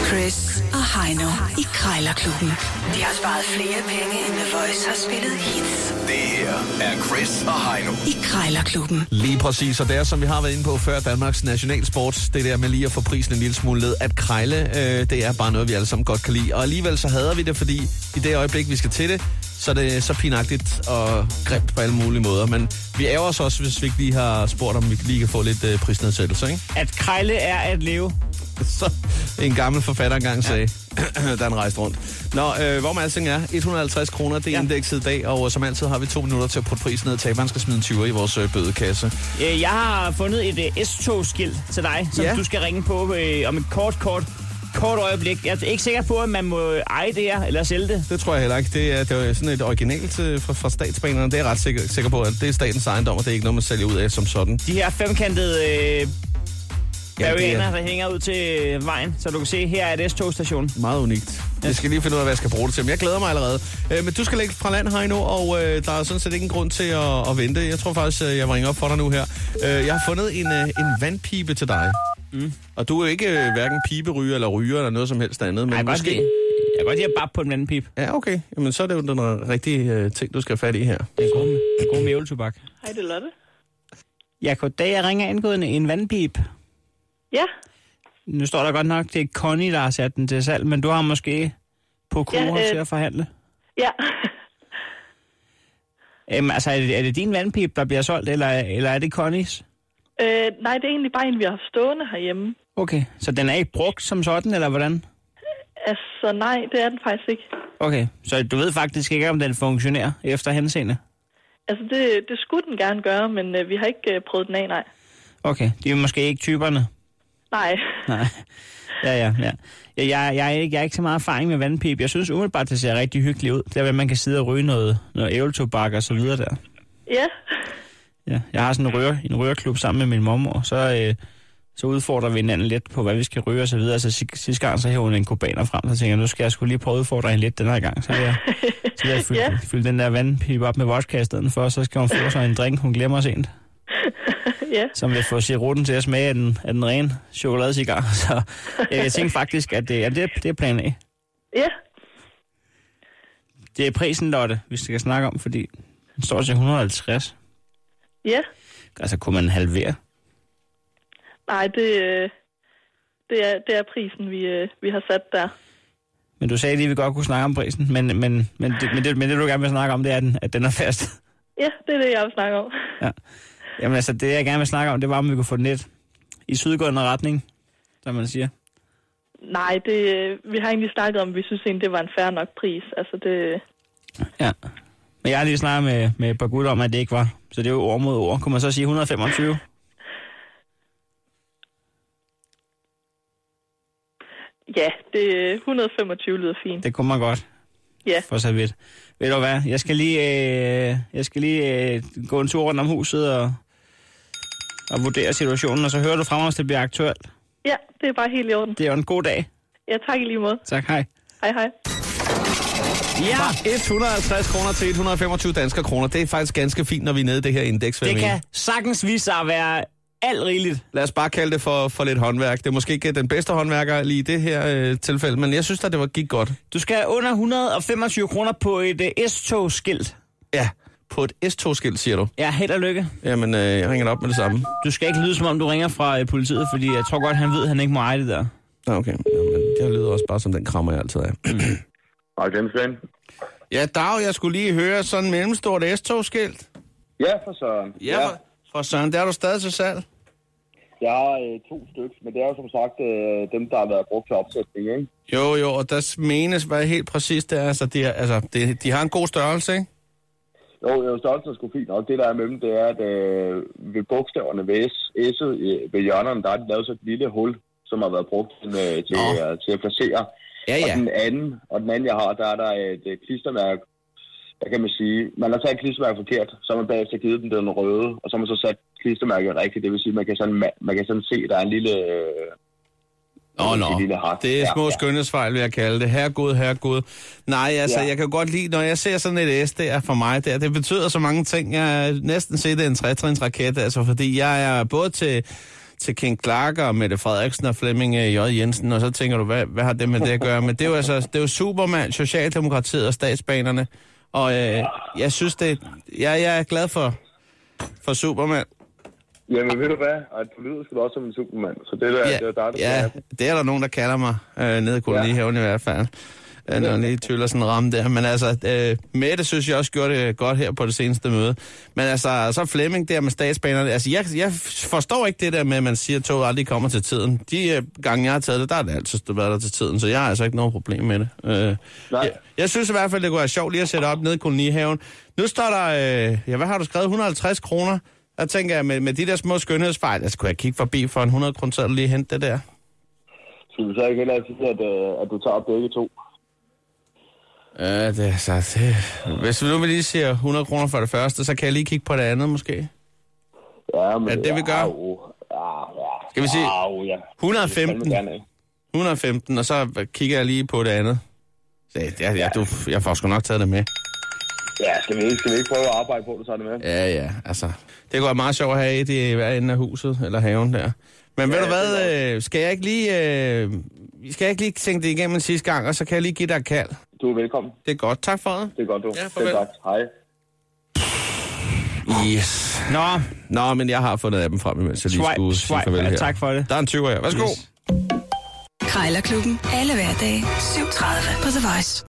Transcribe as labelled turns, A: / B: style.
A: Chris og Heino i Krejlerklubben. De har sparet flere penge, end The Voice har spillet hits.
B: Det her er Chris og Heino
A: i Krejlerklubben.
C: Lige præcis, og det er, som vi har været inde på før, Danmarks nationalsport. Det der med lige at få prisen en lille smule ned. At krejle, det er bare noget, vi alle sammen godt kan lide. Og alligevel så hader vi det, fordi i det øjeblik, vi skal til det, så er det så pinagtigt og grimt på alle mulige måder. Men vi ærger os også, hvis vi ikke lige har spurgt, om vi lige kan få lidt prisnedsættelse, ikke?
D: At krejle er at leve.
C: Så en gammel forfatter engang sagde, da han rejste rundt. Hvor man alting er, 150 kroner, det er indekset i dag, og som altid har vi 2 minutter til at putte prisen ned. Taberen skal smide en 20'er i vores bødekasse. Jeg
D: har fundet et S-togskilt til dig, som du skal ringe på om et kort øjeblik. Jeg er ikke sikker på, at man må eje det her, eller sælge det.
C: Det tror jeg heller ikke. Det er sådan et originalt fra statsbanerne. Det er jeg ret sikker på, at det er statens ejendom, og det er ikke noget, man sælger ud af som sådan.
D: De her femkantede bavianer, der hænger ud til vejen, så du kan se, her er det S-togstation.
C: Meget unikt. Jeg skal lige finde ud af, hvad jeg skal bruge det til, men jeg glæder mig allerede. Men du skal lægge fra land her nu, og der er sådan set ikke en grund til at vente. Jeg tror faktisk, jeg må ringe op for dig nu her. Jeg har fundet en vandpibe til dig. Mm. Og du er jo ikke hverken piberyger eller ryger eller noget som helst andet. Men
D: jeg kan godt lide at bappe på en vandpipe.
C: Ja, okay. Jamen, så er det jo den rigtige ting, du skal have fat i her.
D: Det er god mævletobak.
E: Hej, det er Lotte.
D: Ja, goddag. Jeg ringer angående en vandpipe.
E: Ja.
D: Nu står der godt nok, det er Connie, der har sat den til salg, men du har måske på kroner til at forhandle.
E: Ja.
D: Altså, er det din vandpipe, der bliver solgt, eller er det Connies?
E: Nej, det er egentlig bare en, vi har stående herhjemme.
D: Okay, så den er ikke brugt som sådan, eller hvordan?
E: Altså, nej, det er den faktisk ikke.
D: Okay, så du ved faktisk ikke, om den funktionerer efter henseende? Altså,
E: det skulle den gerne gøre, men vi har ikke prøvet den af, nej.
D: Okay, de er måske ikke typerne?
E: Nej.
D: Ja. Jeg er ikke så meget erfaring med vandpip. Jeg synes umiddelbart, det ser rigtig hyggeligt ud. Der, hvor man kan sidde og ryge noget æbletobak og så videre der.
E: Ja.
D: Ja, jeg har sådan en røreklub sammen med min mormor, så udfordrer vi hinanden lidt på, hvad vi skal ryge og så videre. Så sidste gang, så hæver hun en kubaner frem, så tænker jeg, nu skal jeg sgu lige prøve at udfordre hende lidt den her gang. Så vil jeg fylde den der vandpipe op med vodka i stedet for, så skal hun få sig en drink, hun glemmer sent.
E: Ja.
D: Som vil få sirutten til at smage af den rene chokoladecigar. Så jeg tænker faktisk, at det er plan A.
E: Ja.
D: Det er prisen, Lotte, vi skal snakke om, fordi den står til 150.
E: Ja.
D: Altså, kunne man halvere?
E: Nej, det er prisen, vi har sat der.
D: Men du sagde lige, at vi godt kunne snakke om prisen, men det du gerne vil snakke om, det er, at den er fast.
E: Ja, det er det, jeg vil snakke om.
D: Ja. Jamen altså, det jeg gerne vil snakke om, det var, om vi kunne få den lidt i sydgående retning, som man siger.
E: Nej, vi har egentlig snakket om, vi synes egentlig, det var en fair nok pris. Altså det...
D: Ja, men jeg har lige snakket med et par gutter om, at det ikke var. Så det er jo ord mod ord. Kunne man så sige 125?
E: Ja, 125 lyder fint.
D: Det kunne man godt.
E: Ja.
D: For så vidt. Ved du hvad, jeg skal lige gå en tur rundt om huset og vurdere situationen, og så hører du frem, hvis det bliver aktuelt.
E: Ja, det er bare helt i orden.
D: Det er jo en god dag.
E: Ja, tak i lige måde.
D: Tak, hej.
E: Hej.
C: Ja! Fra 150 kroner til 125 danske kroner. Det er faktisk ganske fint, når vi er nede i det her indeks.
D: Det kan sagtens vise sig at være alt rigeligt.
C: Lad os bare kalde det for lidt håndværk. Det er måske ikke den bedste håndværker lige i det her tilfælde, men jeg synes, at det gik godt.
D: Du skal under 125 kroner på et S-togskilt.
C: Ja, på et S-togskilt, siger du?
D: Ja, held og lykke.
C: Jamen, jeg ringer dig op med det samme.
D: Du skal ikke lyde, som om du ringer fra politiet, fordi jeg tror godt, han ved, at han ikke må eje det der.
C: Okay, jamen, det lyder også bare som den krammer, jeg altid er.
F: Hej, Svend.
C: Ja, Dag, jeg skulle lige høre sådan en mellemstort S-togskilt.
F: Ja, for Søren.
C: Ja, for Søren, der er du stadig til salg?
F: Jeg har 2 stykker, men det er jo som sagt dem, der har været brugt til opsætning, ikke?
C: Jo, og der menes, hvad helt præcis det er. Altså, de har en god størrelse, ikke?
F: Jo, størrelsen er sgu fint nok. Det, der er mellem, det er, at ved bogstaverne ved S'et ved hjørnerne, der er lavet så et lille hul, som har været brugt til at placere. Ja. Og den anden, jeg har, der er der et klistermærke. Der kan man sige, man har sat klistermærket forkert, så har man bagefter givet dem den røde, og så har man så sat klistermærket rigtigt. Det vil sige, man kan sådan se, der er en lille... lille hak.
C: Det er små skønhedsfejl, vil jeg kalde det. Herregud. Nej, altså, jeg kan godt lide, når jeg ser sådan et S, det er for mig der. Det betyder så mange ting. Jeg næsten set det en 3-trins raket, altså, fordi jeg er både
G: til King Clark og Mette Frederiksen og Flemming J. Jensen, og så tænker du, hvad har det med det at gøre? Men det er jo altså, det er jo Superman, Socialdemokratiet og statsbanerne, og jeg synes jeg er glad for Superman.
F: Jamen ved du hvad, at du lyder sgu da også som en Superman, så det er der,
G: det er der nogen, der kalder mig nede i kolonihaven i hvert fald. Når lige tyller sådan en ramme der. Men altså, Mette synes jeg også gjorde det godt her på det seneste møde. Men altså, så Flemming der med statsbanerne. Altså, jeg forstår ikke det der med, at man siger, at toget aldrig kommer til tiden. De gange, jeg har taget det, der er det altid været der til tiden. Så jeg har altså ikke noget problem med det. Jeg synes i hvert fald, det kunne være sjovt lige at sætte op nede i kolonihaven. Nu står der, hvad har du skrevet? 150 kroner. Der tænker jeg, med de der små skønhedsfejl, altså kunne jeg kigge forbi for en 100 kroner, så lige hente det der.
F: Så du så ikke heller sige, at du tager begge to?
G: Hvis vi nu vil lige sige 100 kroner for det første, så kan jeg lige kigge på det andet måske.
F: Ja, men...
G: Er det vi gør? Skal vi sige 115? 115, og så kigger jeg lige på det andet. Jeg får sgu nok taget det med.
F: Ja, skal vi ikke prøve at arbejde på, at du tager det med?
G: Ja, altså. Det kunne være meget sjovt at have et i hver ende af huset, eller haven der. Men ved du hvad, skal jeg ikke lige tænke det igennem en sidste gang, og så kan jeg lige give dig et kald?
F: Du er velkommen.
G: Det er godt. Tak for det.
F: Det er godt, du.
G: Ja, farvel.
F: Det er godt. Hej.
G: Yes. Nå, men jeg har fundet appen frem, imens jeg lige skulle sige farvel her.
D: Tak for det.
G: Der er en 20'er her. Værsgo.
A: Krejlerklubben. Alle hverdage. 7:30 på The Voice.